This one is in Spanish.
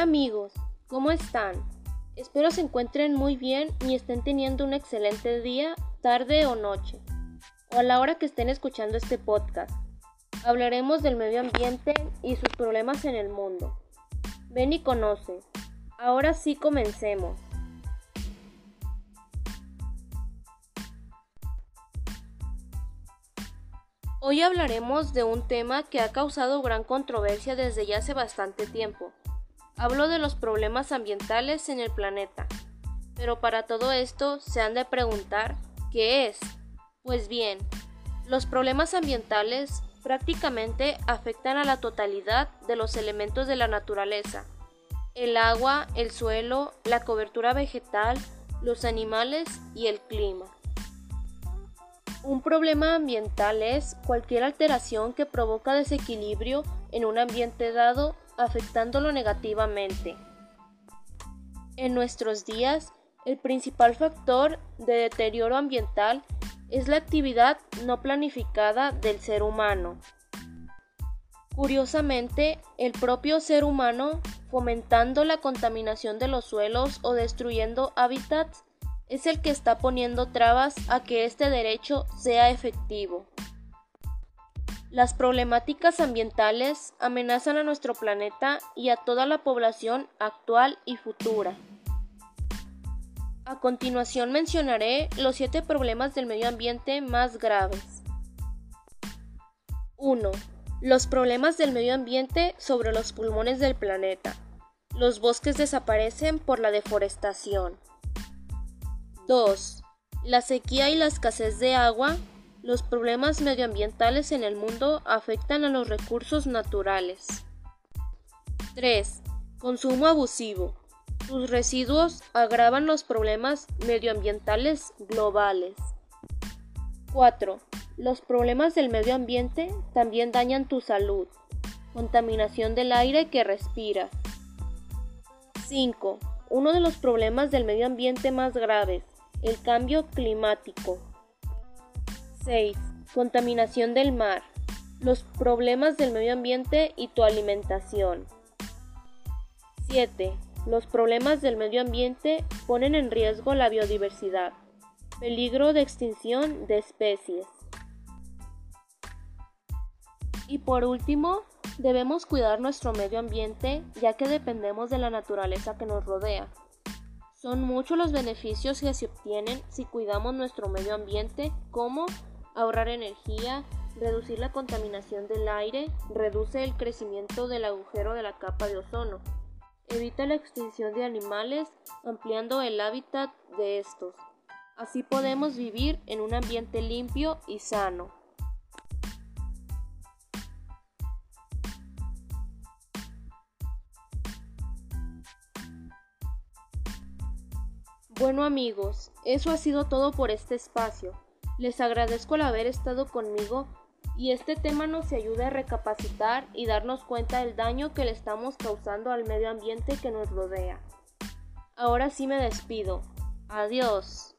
Hola amigos, ¿cómo están? Espero se encuentren muy bien y estén teniendo un excelente día, tarde o noche, o a la hora que estén escuchando este podcast. Hablaremos del medio ambiente y sus problemas en el mundo. Ven y conoce. Ahora sí comencemos. Hoy hablaremos de un tema que ha causado gran controversia desde ya hace bastante tiempo. Hablo de los problemas ambientales en el planeta. Pero para todo esto se han de preguntar, ¿qué es? Pues bien, los problemas ambientales prácticamente afectan a la totalidad de los elementos de la naturaleza: el agua, el suelo, la cobertura vegetal, los animales y el clima. Un problema ambiental es cualquier alteración que provoca desequilibrio en un ambiente dado, afectándolo negativamente. En nuestros días, el principal factor de deterioro ambiental es la actividad no planificada del ser humano. Curiosamente, el propio ser humano, fomentando la contaminación de los suelos o destruyendo hábitats, es el que está poniendo trabas a que este derecho sea efectivo. Las problemáticas ambientales amenazan a nuestro planeta y a toda la población actual y futura. A continuación mencionaré los 7 problemas del medio ambiente más graves. 1. Los problemas del medio ambiente sobre los pulmones del planeta. Los bosques desaparecen por la deforestación. 2. La sequía y la escasez de agua. Los problemas medioambientales en el mundo afectan a los recursos naturales. 3. Consumo abusivo. Sus residuos agravan los problemas medioambientales globales. 4. Los problemas del medio ambiente también dañan tu salud. Contaminación del aire que respiras. 5. Uno de los problemas del medio ambiente más graves: el cambio climático. 6. Contaminación del mar. Los problemas del medio ambiente y tu alimentación. 7. Los problemas del medio ambiente ponen en riesgo la biodiversidad. Peligro de extinción de especies. Y por último, debemos cuidar nuestro medio ambiente, ya que dependemos de la naturaleza que nos rodea. Son muchos los beneficios que se obtienen si cuidamos nuestro medio ambiente, como ahorrar energía, reducir la contaminación del aire, reduce el crecimiento del agujero de la capa de ozono, evita la extinción de animales, ampliando el hábitat de estos. Así podemos vivir en un ambiente limpio y sano. Bueno amigos, eso ha sido todo por este espacio. Les agradezco el haber estado conmigo y este tema nos ayuda a recapacitar y darnos cuenta del daño que le estamos causando al medio ambiente que nos rodea. Ahora sí me despido. Adiós.